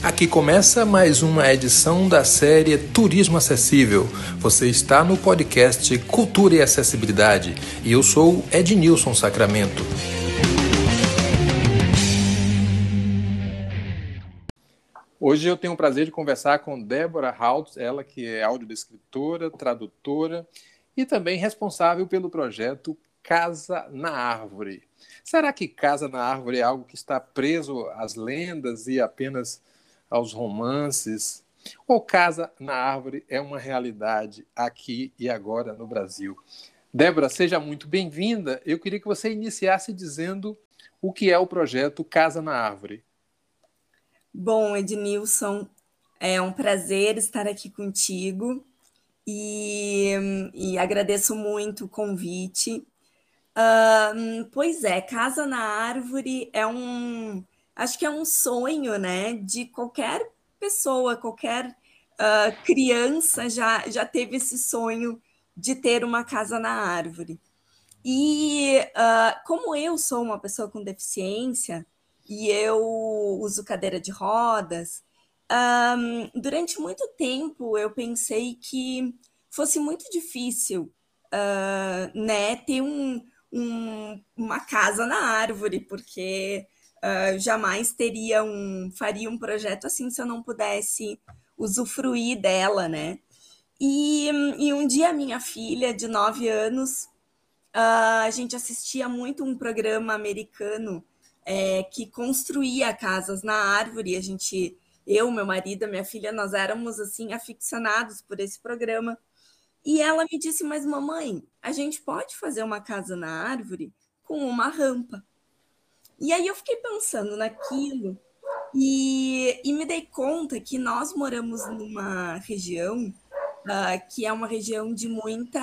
Aqui começa mais uma edição da série Turismo Acessível. Você está no podcast Cultura e Acessibilidade e eu sou Ednilson Sacramento. Hoje eu tenho o prazer de conversar com Débora Haltz, ela que é audiodescritora, tradutora e também responsável pelo projeto Casa na Árvore. Será que Casa na Árvore é algo que está preso às lendas e apenas aos romances? Ou Casa na Árvore é uma realidade aqui e agora no Brasil? Débora, seja muito bem-vinda. Eu queria que você iniciasse dizendo o que é o projeto Casa na Árvore. Bom, Ednilson, é um prazer estar aqui contigo e agradeço muito o convite. Pois é, Casa na Árvore acho que é um sonho, né, de qualquer pessoa, qualquer criança já teve esse sonho de ter uma casa na árvore. E como eu sou uma pessoa com deficiência e eu uso cadeira de rodas, durante muito tempo eu pensei que fosse muito difícil, né, ter uma casa na árvore, porque jamais faria um projeto assim se eu não pudesse usufruir dela, né? E um dia minha filha, de 9 anos, a gente assistia muito um programa americano que construía casas na árvore. Eu, meu marido, minha filha, nós éramos assim aficionados por esse programa. E ela me disse: mas mamãe, a gente pode fazer uma casa na árvore com uma rampa. E aí eu fiquei pensando naquilo e me dei conta que nós moramos numa região que é uma região de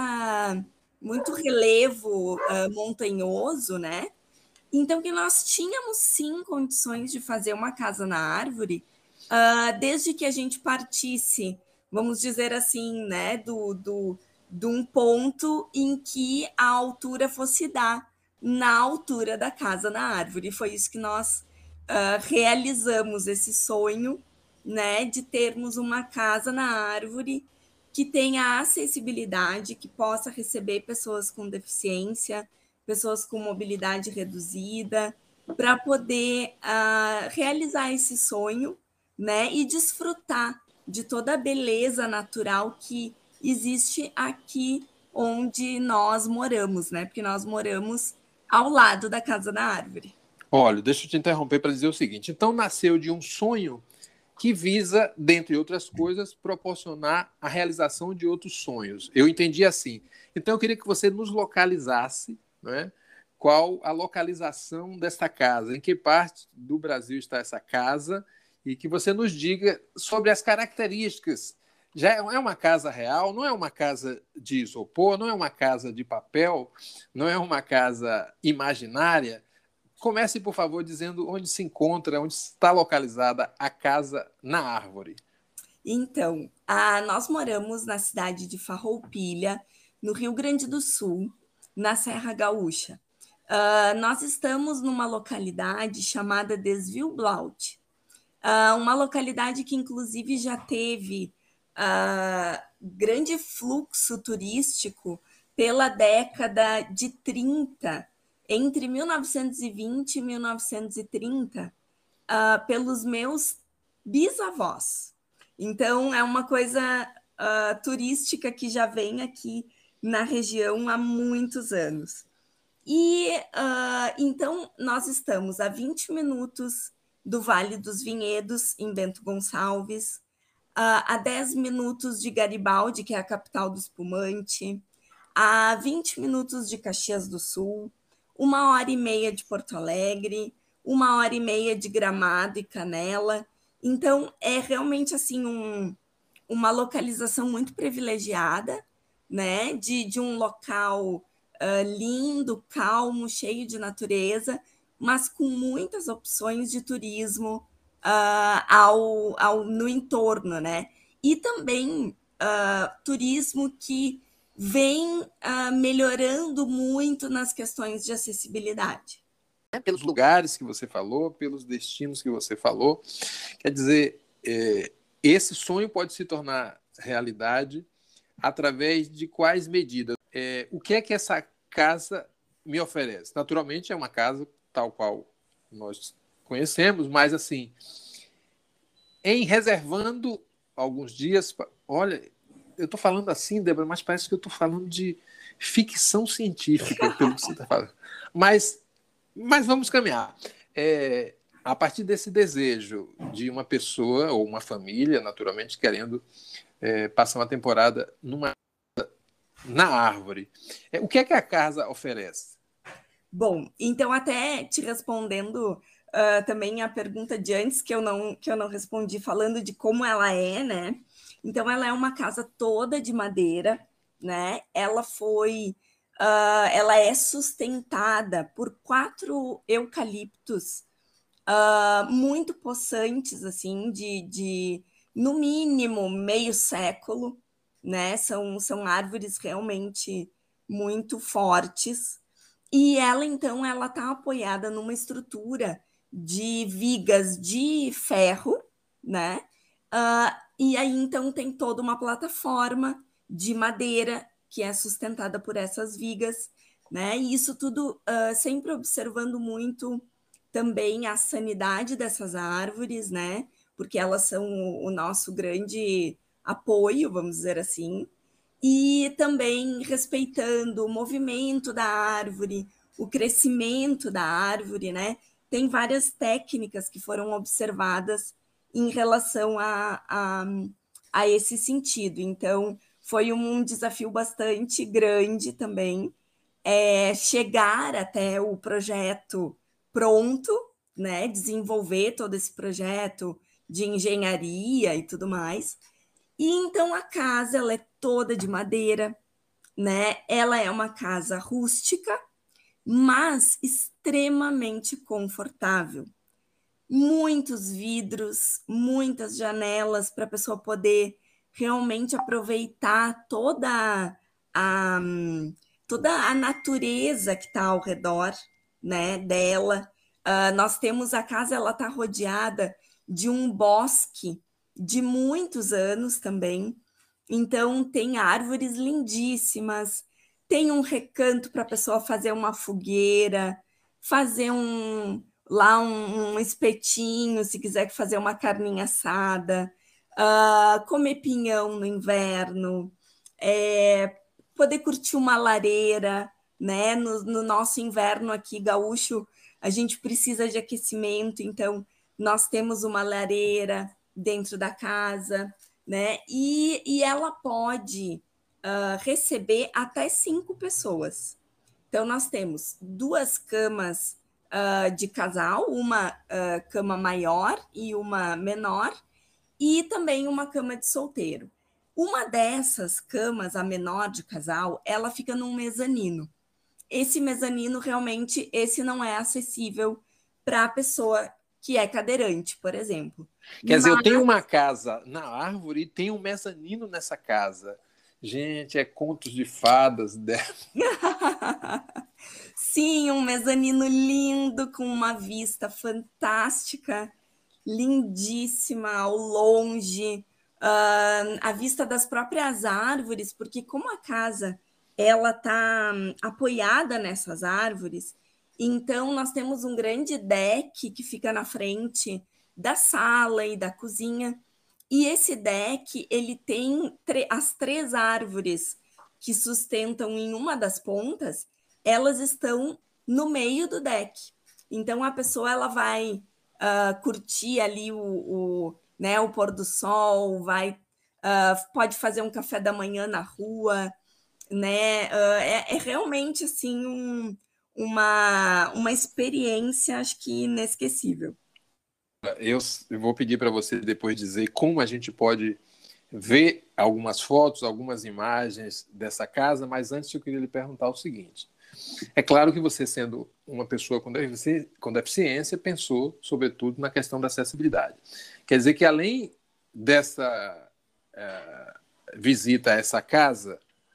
muito relevo montanhoso, né? Então, que nós tínhamos sim condições de fazer uma casa na árvore, desde que a gente partisse, vamos dizer assim, né, de um ponto em que a altura fosse dar na altura da casa na árvore. Foi isso que nós realizamos, esse sonho, né, de termos uma casa na árvore que tenha acessibilidade, que possa receber pessoas com deficiência, pessoas com mobilidade reduzida, para poder realizar esse sonho, né, e desfrutar de toda a beleza natural que existe aqui onde nós moramos, né, porque nós moramos ao lado da Casa na Árvore. Olha, deixa eu te interromper para dizer o seguinte. Então, nasceu de um sonho que visa, dentre outras coisas, proporcionar a realização de outros sonhos. Eu entendi assim. Então, eu queria que você nos localizasse, né? Qual a localização desta casa, em que parte do Brasil está essa casa, e que você nos diga sobre as características. Já é uma casa real, não é uma casa de isopor, não é uma casa de papel, não é uma casa imaginária. Comece, por favor, dizendo onde se encontra, onde está localizada a Casa na Árvore. Então, nós moramos na cidade de Farroupilha, no Rio Grande do Sul, na Serra Gaúcha. Nós estamos numa localidade chamada Desvio Blaut, uma localidade que, inclusive, já teve grande fluxo turístico pela década de 30, entre 1920 e 1930, pelos meus bisavós. Então, é uma coisa turística que já vem aqui na região há muitos anos. E então, nós estamos a 20 minutos do Vale dos Vinhedos, em Bento Gonçalves, a 10 minutos de Garibaldi, que é a capital do espumante, a 20 minutos de Caxias do Sul, 1h30 de Porto Alegre, 1h30 de Gramado e Canela. Então, é realmente assim uma localização muito privilegiada, né? De um local lindo, calmo, cheio de natureza, mas com muitas opções de turismo no entorno, né? E também turismo que vem melhorando muito nas questões de acessibilidade. Pelos lugares que você falou, pelos destinos que você falou, quer dizer, esse sonho pode se tornar realidade através de quais medidas? O que é que essa casa me oferece? Naturalmente, é uma casa tal qual nós conhecemos, mas assim, em reservando alguns dias. Olha, eu estou falando assim, Débora, mas parece que eu estou falando de ficção científica, pelo que você está falando. Mas vamos caminhar. A partir desse desejo de uma pessoa ou uma família, naturalmente, querendo passar uma temporada na árvore. O que é que a casa oferece? Bom, então até te respondendo também a pergunta de antes que eu não respondi, falando de como ela é, né? Então ela é uma casa toda de madeira, né? Ela é sustentada por 4 eucaliptos muito possantes, assim, de no mínimo meio século, né? São árvores realmente muito fortes. E ela, então, ela está apoiada numa estrutura de vigas de ferro, né? E aí, então, tem toda uma plataforma de madeira que é sustentada por essas vigas, né? E isso tudo sempre observando muito também a sanidade dessas árvores, né? Porque elas são o nosso grande apoio, vamos dizer assim, e também respeitando o movimento da árvore, o crescimento da árvore, né? Tem várias técnicas que foram observadas em relação a esse sentido. Então, foi um desafio bastante grande também chegar até o projeto pronto, né? Desenvolver todo esse projeto de engenharia e tudo mais. E então a casa ela é toda de madeira, né? Ela é uma casa rústica, mas extremamente confortável. Muitos vidros, muitas janelas para a pessoa poder realmente aproveitar a, toda a natureza que está ao redor, né, dela. Nós temos a casa, ela está rodeada de um bosque de muitos anos também. Então, tem árvores lindíssimas, tem um recanto para a pessoa fazer uma fogueira, fazer um espetinho, se quiser fazer uma carninha assada, comer pinhão no inverno, poder curtir uma lareira, né? No nosso inverno aqui gaúcho, a gente precisa de aquecimento, então nós temos uma lareira dentro da casa, né? E ela pode receber até 5 pessoas. Então, nós temos 2 camas de casal, uma cama maior e uma menor, e também uma cama de solteiro. Uma dessas camas, a menor de casal, ela fica num mezanino. Esse mezanino, realmente, esse não é acessível para a pessoa que é cadeirante, por exemplo. Quer dizer, eu tenho uma casa na árvore e tem um mezanino nessa casa. Gente, é contos de fadas. Sim, um mezanino lindo, com uma vista fantástica, lindíssima, ao longe, a vista das próprias árvores, porque como a casa ela está apoiada nessas árvores, então nós temos um grande deck que fica na frente da sala e da cozinha, e esse deck ele tem as 3 árvores que sustentam em uma das pontas, elas estão no meio do deck. Então a pessoa ela vai curtir ali né, o pôr do sol, pode fazer um café da manhã na rua, né? É realmente assim uma experiência, acho que inesquecível. Eu vou pedir para você depois dizer como a gente pode ver algumas fotos, algumas imagens dessa casa, mas antes eu queria lhe perguntar o seguinte. É claro que você, sendo uma pessoa com deficiência, pensou, sobretudo, na questão da acessibilidade. Quer dizer que, além dessa visita a essa casa,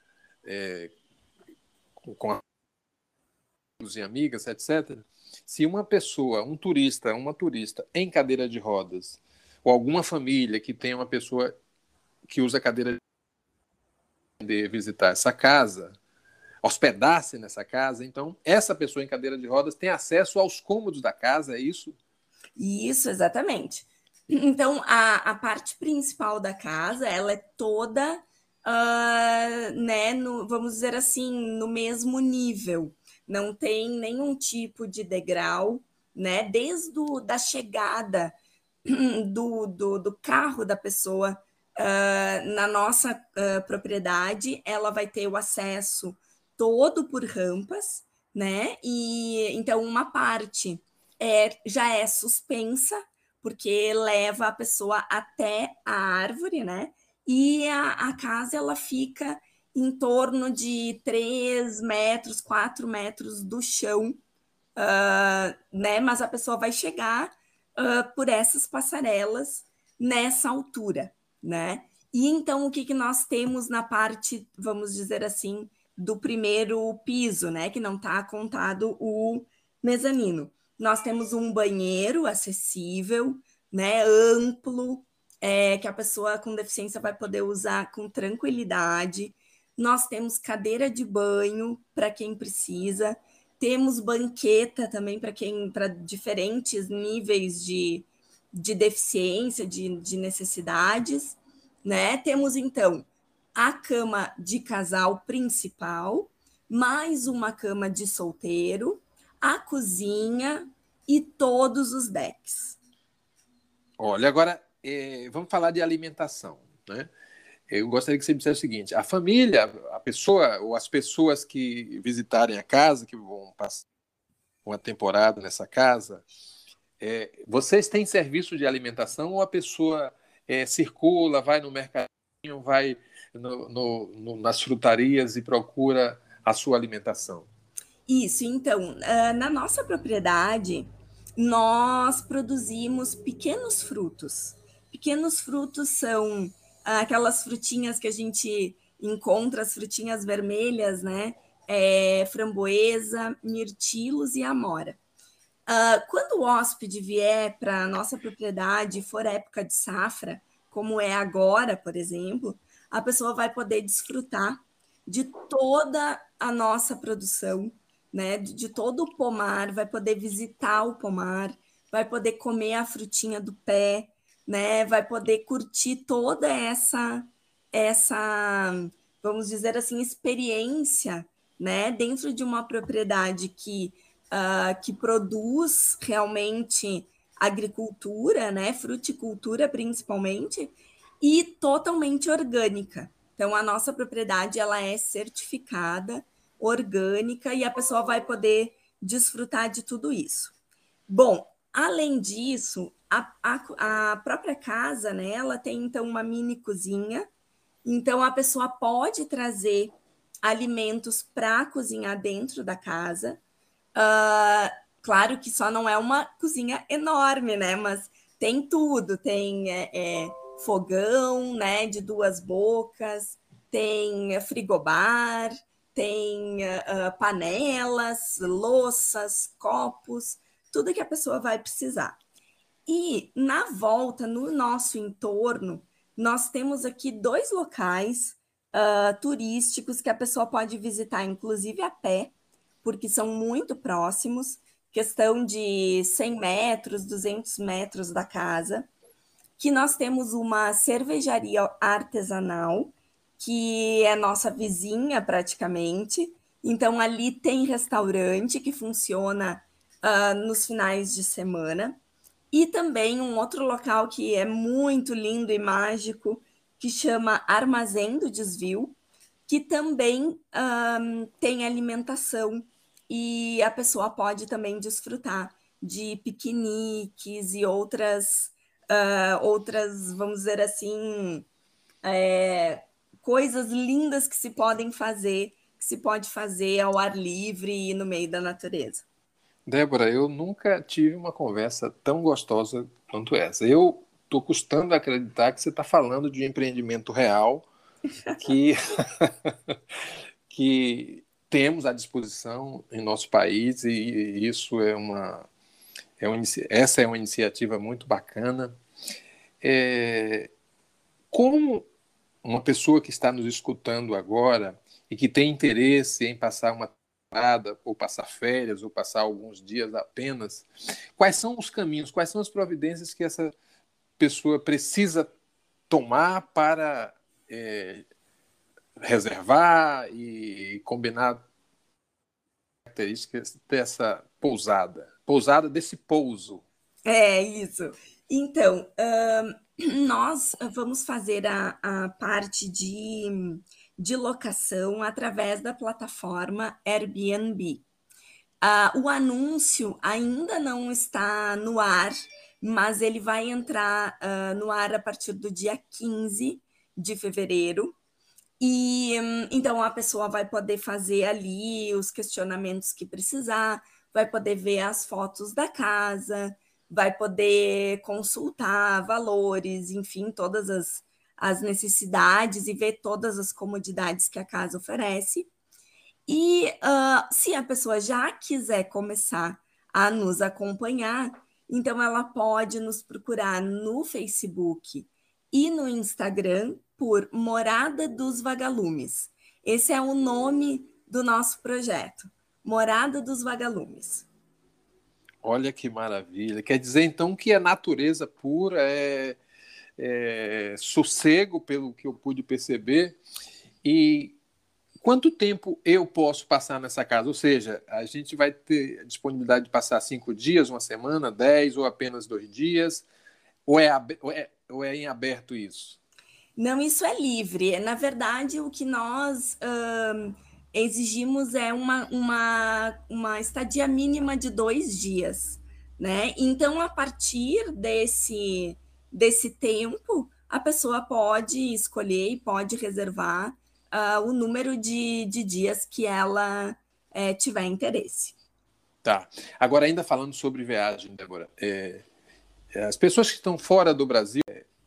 com amigos e amigas, etc., se uma pessoa, uma turista em cadeira de rodas, ou alguma família que tem uma pessoa que usa cadeira de visitar essa casa, hospedar-se nessa casa, então essa pessoa em cadeira de rodas tem acesso aos cômodos da casa, é isso? Isso, exatamente. Então, a parte principal da casa, ela é toda, né, vamos dizer assim, no mesmo nível. Não tem nenhum tipo de degrau, né? Desde da chegada do carro da pessoa na nossa propriedade, ela vai ter o acesso todo por rampas, né? E então uma parte já é suspensa, porque leva a pessoa até a árvore, né? E a casa ela fica em torno de 3 metros, 4 metros do chão, né? Mas a pessoa vai chegar por essas passarelas nessa altura, né? E então o que nós temos na parte, vamos dizer assim, do primeiro piso, né? Que não está contado o mezanino. Nós temos um banheiro acessível, né? Amplo, que a pessoa com deficiência vai poder usar com tranquilidade. Nós temos cadeira de banho para quem precisa. Temos banqueta também para diferentes níveis de deficiência, de necessidades, né? Temos então a cama de casal principal, mais uma cama de solteiro, a cozinha e todos os decks. Olha, agora vamos falar de alimentação, né? Eu gostaria que você me dissesse o seguinte: a família, a pessoa ou as pessoas que visitarem a casa, que vão passar uma temporada nessa casa, vocês têm serviço de alimentação ou a pessoa circula, vai no mercadinho, vai nas frutarias e procura a sua alimentação? Isso, então, na nossa propriedade, nós produzimos pequenos frutos. Pequenos frutos são aquelas frutinhas que a gente encontra, as frutinhas vermelhas, né? Framboesa, mirtilos e amora. Quando o hóspede vier para a nossa propriedade, for época de safra, como é agora, por exemplo, a pessoa vai poder desfrutar de toda a nossa produção, né? De todo o pomar, vai poder visitar o pomar, vai poder comer a frutinha do pé, né? Vai poder curtir toda essa, vamos dizer assim, experiência, né? Dentro de uma propriedade que produz realmente agricultura, né, fruticultura principalmente, e totalmente orgânica. Então, a nossa propriedade ela é certificada, orgânica, e a pessoa vai poder desfrutar de tudo isso. Bom, além disso, a própria casa, né, ela tem então uma mini cozinha, então a pessoa pode trazer alimentos para cozinhar dentro da casa. Claro que só não é uma cozinha enorme, né? Mas tem tudo, tem fogão, né? De 2 bocas, tem frigobar, tem panelas, louças, copos, tudo que a pessoa vai precisar. E na volta, no nosso entorno, nós temos aqui 2 locais turísticos que a pessoa pode visitar, inclusive a pé, porque são muito próximos, questão de 100 metros, 200 metros da casa, que nós temos uma cervejaria artesanal, que é nossa vizinha praticamente. Então, ali tem restaurante que funciona nos finais de semana. E também um outro local que é muito lindo e mágico, que chama Armazém do Desvio, que também tem alimentação e a pessoa pode também desfrutar de piqueniques e outras, vamos dizer assim, coisas lindas que se pode fazer ao ar livre e no meio da natureza. Débora, eu nunca tive uma conversa tão gostosa quanto essa. Eu estou custando acreditar que você está falando de um empreendimento real que, que temos à disposição em nosso país e isso essa é uma iniciativa muito bacana. Como uma pessoa que está nos escutando agora e que tem interesse em passar uma temporada, ou passar férias, ou passar alguns dias apenas, quais são os caminhos, quais são as providências que essa pessoa precisa tomar para reservar e combinar características dessa pousada desse pouso? É isso. Então, nós vamos fazer a parte de locação através da plataforma Airbnb. O anúncio ainda não está no ar, mas ele vai entrar no ar a partir do dia 15 de fevereiro. E então a pessoa vai poder fazer ali os questionamentos que precisar, vai poder ver as fotos da casa, vai poder consultar valores, enfim, todas as necessidades e ver todas as comodidades que a casa oferece. E se a pessoa já quiser começar a nos acompanhar, então ela pode nos procurar no Facebook e no Instagram por Morada dos Vagalumes. Esse é o nome do nosso projeto, Morada dos Vagalumes. Olha que maravilha. Quer dizer, então, que a natureza pura é sossego, pelo que eu pude perceber. E quanto tempo eu posso passar nessa casa? Ou seja, a gente vai ter a disponibilidade de passar 5 dias, uma semana, 10 ou apenas 2 dias? Ou é em aberto isso? Não, isso é livre. Na verdade, o que nós exigimos é uma estadia mínima de 2 dias, né? Então, a partir desse tempo, a pessoa pode escolher e pode reservar o número de dias que ela tiver interesse. Tá. Agora, ainda falando sobre viagem, Débora, as pessoas que estão fora do Brasil,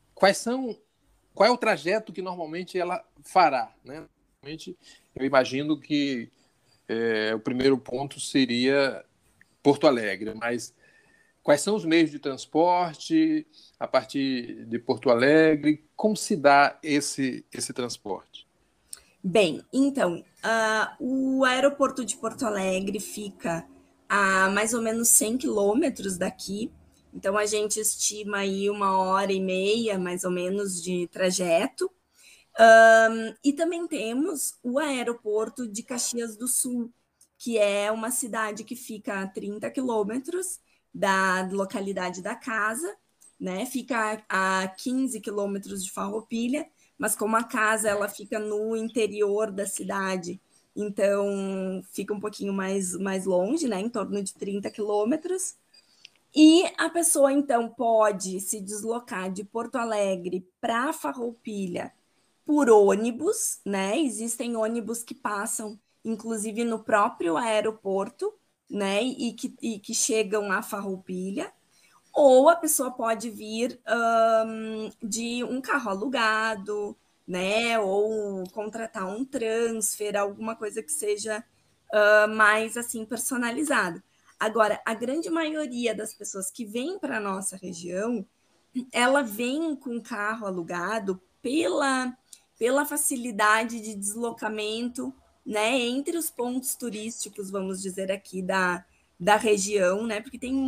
qual é o trajeto que normalmente ela fará, né? Normalmente, eu imagino que o primeiro ponto seria Porto Alegre, mas quais são os meios de transporte a partir de Porto Alegre? Como se dá esse transporte? Bem, então, o aeroporto de Porto Alegre fica a mais ou menos 100 quilômetros daqui, então a gente estima aí 1h30, mais ou menos, de trajeto. E também temos o aeroporto de Caxias do Sul, que é uma cidade que fica a 30 quilômetros da localidade da casa, né? Fica a 15 quilômetros de Farroupilha, mas como a casa ela fica no interior da cidade, então fica um pouquinho mais longe, né? Em torno de 30 quilômetros. E a pessoa, então, pode se deslocar de Porto Alegre para Farroupilha por ônibus, né? Existem ônibus que passam, inclusive, no próprio aeroporto, né? E que chegam a Farroupilha. Ou a pessoa pode vir de um carro alugado, né? Ou contratar um transfer, alguma coisa que seja mais assim personalizado. Agora, a grande maioria das pessoas que vêm para a nossa região, ela vem com carro alugado pela facilidade de deslocamento, né, entre os pontos turísticos, vamos dizer aqui, da região, né, porque tem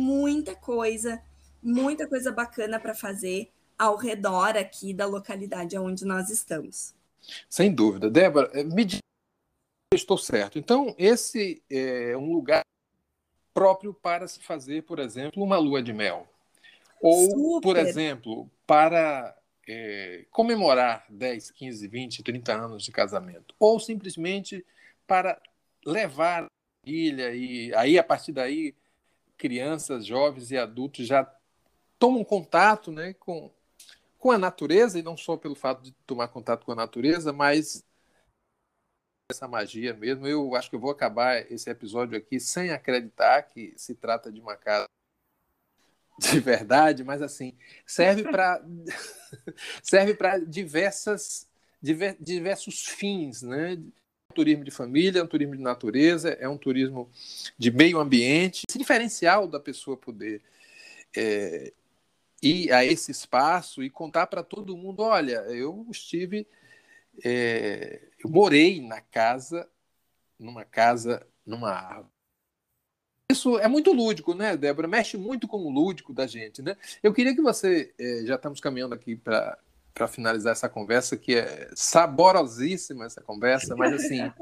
muita coisa bacana para fazer ao redor aqui da localidade onde nós estamos. Sem dúvida. Débora, me diz se eu estou certo. Então, esse é um lugar próprio para se fazer, por exemplo, uma lua de mel. Ou, por Super. exemplo, para comemorar 10, 15, 20, 30 anos de casamento. Ou simplesmente para levar a família e aí, a partir daí, crianças, jovens e adultos já tomam contato, né, com a natureza, e não só pelo fato de tomar contato com a natureza, mas essa magia mesmo. Eu acho que eu vou acabar esse episódio aqui sem acreditar que se trata de uma casa de verdade, mas assim, serve para serve para diversos fins, né? Um turismo de família, é um turismo de natureza, é um turismo de meio ambiente. Esse diferencial da pessoa poder ir a esse espaço e contar para todo mundo, olha, eu estive, eu morei numa árvore. Isso é muito lúdico, né, Débora? Mexe muito com o lúdico da gente, né? Eu queria que você, já estamos caminhando aqui para finalizar essa conversa, que é saborosíssima essa conversa, mas assim,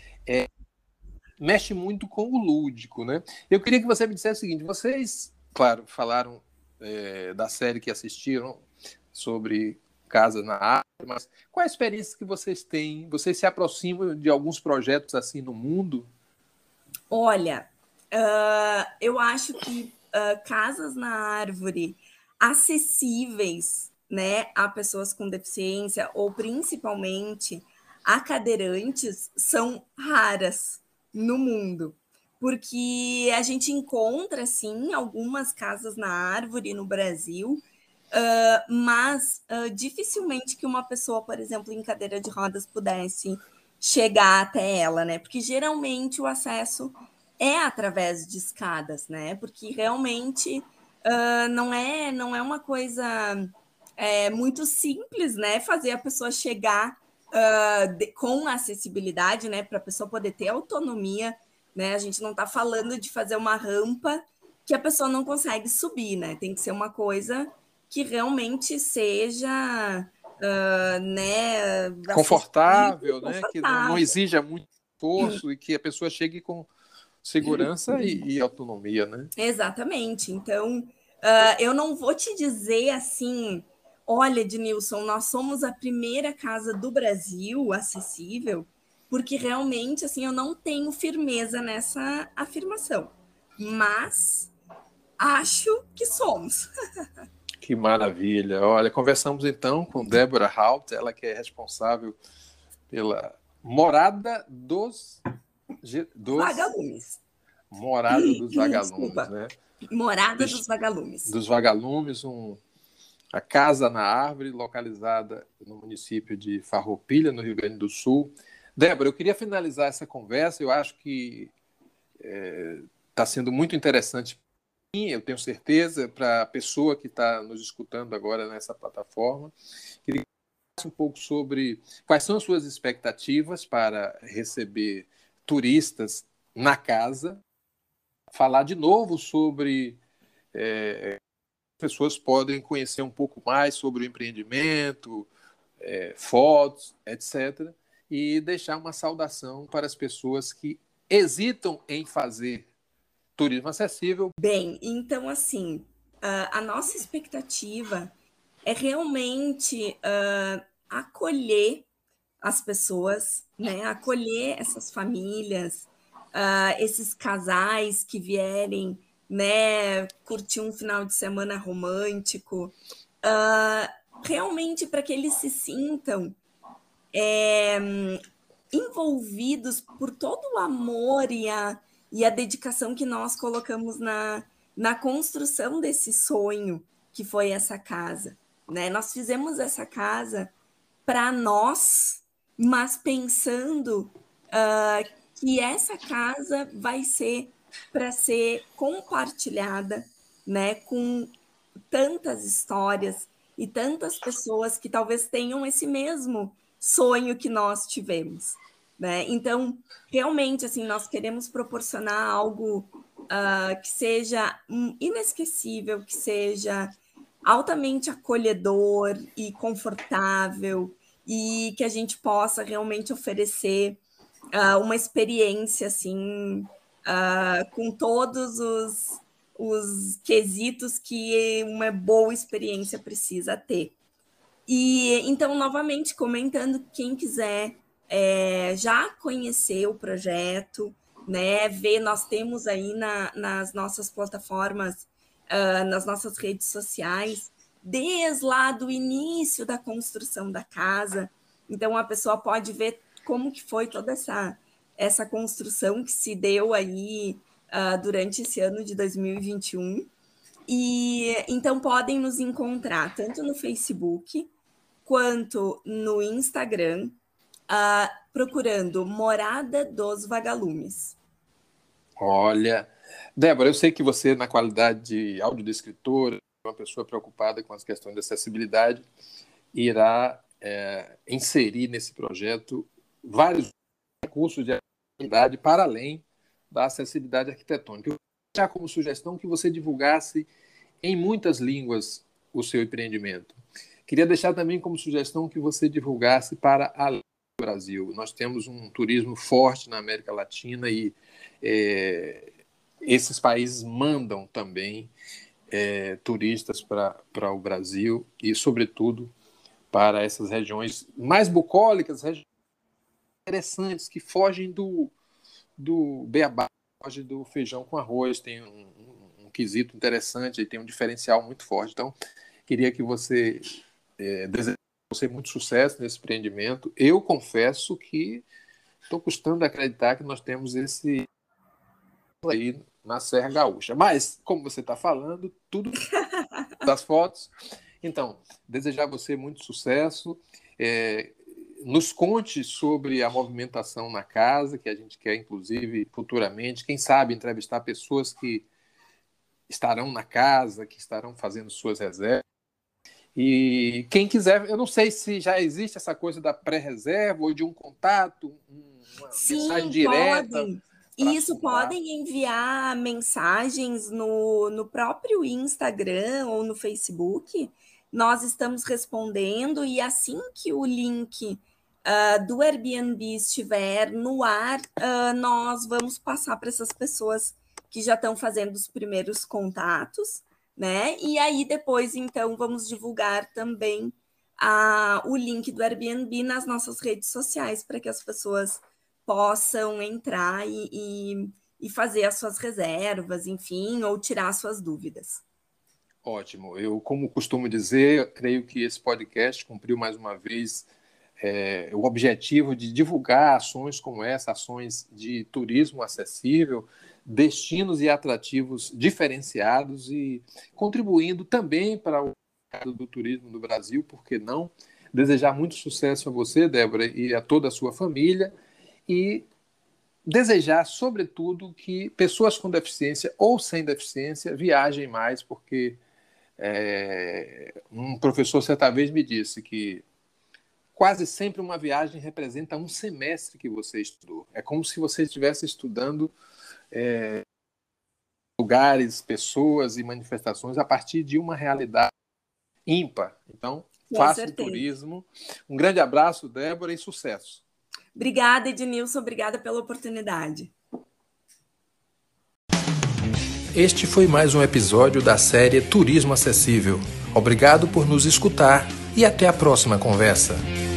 mexe muito com o lúdico, né? Eu queria que você me dissesse o seguinte: vocês, claro, falaram da série que assistiram sobre Casa na Árvore, mas qual é a experiência que vocês têm? Vocês se aproximam de alguns projetos assim no mundo? Olha, eu acho que casas na árvore acessíveis, né, a pessoas com deficiência ou principalmente a cadeirantes são raras no mundo, porque a gente encontra sim algumas casas na árvore no Brasil, mas dificilmente que uma pessoa, por exemplo, em cadeira de rodas pudesse chegar até ela, né? Porque geralmente o acesso é através de escadas, né? Porque realmente não é uma coisa muito simples, né? Fazer a pessoa chegar com acessibilidade, né? Para a pessoa poder ter autonomia, né? A gente não está falando de fazer uma rampa que a pessoa não consegue subir, né? Tem que ser uma coisa que realmente seja né, Confortável, né? Que não confortável. exija muito esforço e que a pessoa chegue com segurança e autonomia, né? Exatamente. Então, eu não vou te dizer assim, olha, Ednilson, nós somos a primeira casa do Brasil acessível, porque realmente assim eu não tenho firmeza nessa afirmação. Mas acho que somos. Que maravilha. Olha, conversamos então com Débora Halt, ela que é responsável pela Morada Vagalumes. Morada dos Vagalumes, Desculpa. né? Morada dos Vagalumes. Dos Vagalumes, a Casa na Árvore, localizada no município de Farroupilha, no Rio Grande do Sul. Débora, eu queria finalizar essa conversa, eu acho que está sendo muito interessante, eu tenho certeza, para a pessoa que está nos escutando agora nessa plataforma. Queria falar um pouco sobre quais são as suas expectativas para receber turistas na casa, falar de novo sobre pessoas podem conhecer um pouco mais sobre o empreendimento, fotos, etc. E deixar uma saudação para as pessoas que hesitam em fazer turismo acessível. Bem, então assim, a nossa expectativa é realmente acolher as pessoas, né? Acolher essas famílias, esses casais que vierem, né? Curtir um final de semana romântico, realmente para que eles se sintam envolvidos por todo o amor e a dedicação que nós colocamos na construção desse sonho que foi essa casa. Né? Nós fizemos essa casa para nós, mas pensando que essa casa vai ser para ser compartilhada, né, com tantas histórias e tantas pessoas que talvez tenham esse mesmo sonho que nós tivemos, né? Então, realmente, assim, nós queremos proporcionar algo que seja inesquecível, que seja altamente acolhedor e confortável e que a gente possa realmente oferecer uma experiência assim com todos os quesitos que uma boa experiência precisa ter. E então, novamente, comentando, quem quiser já conhecer o projeto, né, ver, nós temos aí nas nossas plataformas, nas nossas redes sociais, desde lá do início da construção da casa. Então, a pessoa pode ver como que foi toda essa construção que se deu aí durante esse ano de 2021. E então podem nos encontrar tanto no Facebook quanto no Instagram, procurando Morada dos Vagalumes. Olha, Débora, eu sei que você, na qualidade de audiodescritora, uma pessoa preocupada com as questões de acessibilidade, irá inserir nesse projeto vários recursos de acessibilidade para além da acessibilidade arquitetônica. Eu vou deixar como sugestão que você divulgasse em muitas línguas o seu empreendimento. Queria deixar também como sugestão que você divulgasse para além do Brasil. Nós temos um turismo forte na América Latina e esses países mandam também turistas para o Brasil e, sobretudo, para essas regiões mais bucólicas, regiões interessantes, que fogem do beabá, fogem do feijão com arroz, tem um quesito interessante e tem um diferencial muito forte. Então, queria que você desejasse muito sucesso nesse empreendimento. Eu confesso que estou custando acreditar que nós temos esse aí na Serra Gaúcha. Mas, como você está falando, tudo das fotos. Então, desejar a você muito sucesso. Nos conte sobre a movimentação na casa, que a gente quer, inclusive, futuramente, quem sabe, entrevistar pessoas que estarão na casa, que estarão fazendo suas reservas. E quem quiser, eu não sei se já existe essa coisa da pré-reserva ou de um contato, uma mensagem direta. Podem. Isso, podem enviar mensagens no próprio Instagram ou no Facebook. Nós estamos respondendo e assim que o link do Airbnb estiver no ar, nós vamos passar para essas pessoas que já estão fazendo os primeiros contatos, né? E aí depois, então, vamos divulgar também o link do Airbnb nas nossas redes sociais para que as pessoas possam entrar e fazer as suas reservas, enfim, ou tirar as suas dúvidas. Ótimo. Eu, como costumo dizer, creio que esse podcast cumpriu mais uma vez o objetivo de divulgar ações como essa, ações de turismo acessível, destinos e atrativos diferenciados e contribuindo também para o mercado do turismo do Brasil, por que não? Desejar muito sucesso a você, Débora, e a toda a sua família e desejar, sobretudo, que pessoas com deficiência ou sem deficiência viajem mais, porque um professor certa vez me disse que quase sempre uma viagem representa um semestre que você estudou. É como se você estivesse estudando lugares, pessoas e manifestações a partir de uma realidade ímpar. Então, faça o turismo. Um grande abraço, Débora, e sucesso. Obrigada, Ednilson. Obrigada pela oportunidade. Este foi mais um episódio da série Turismo Acessível. Obrigado por nos escutar e até a próxima conversa.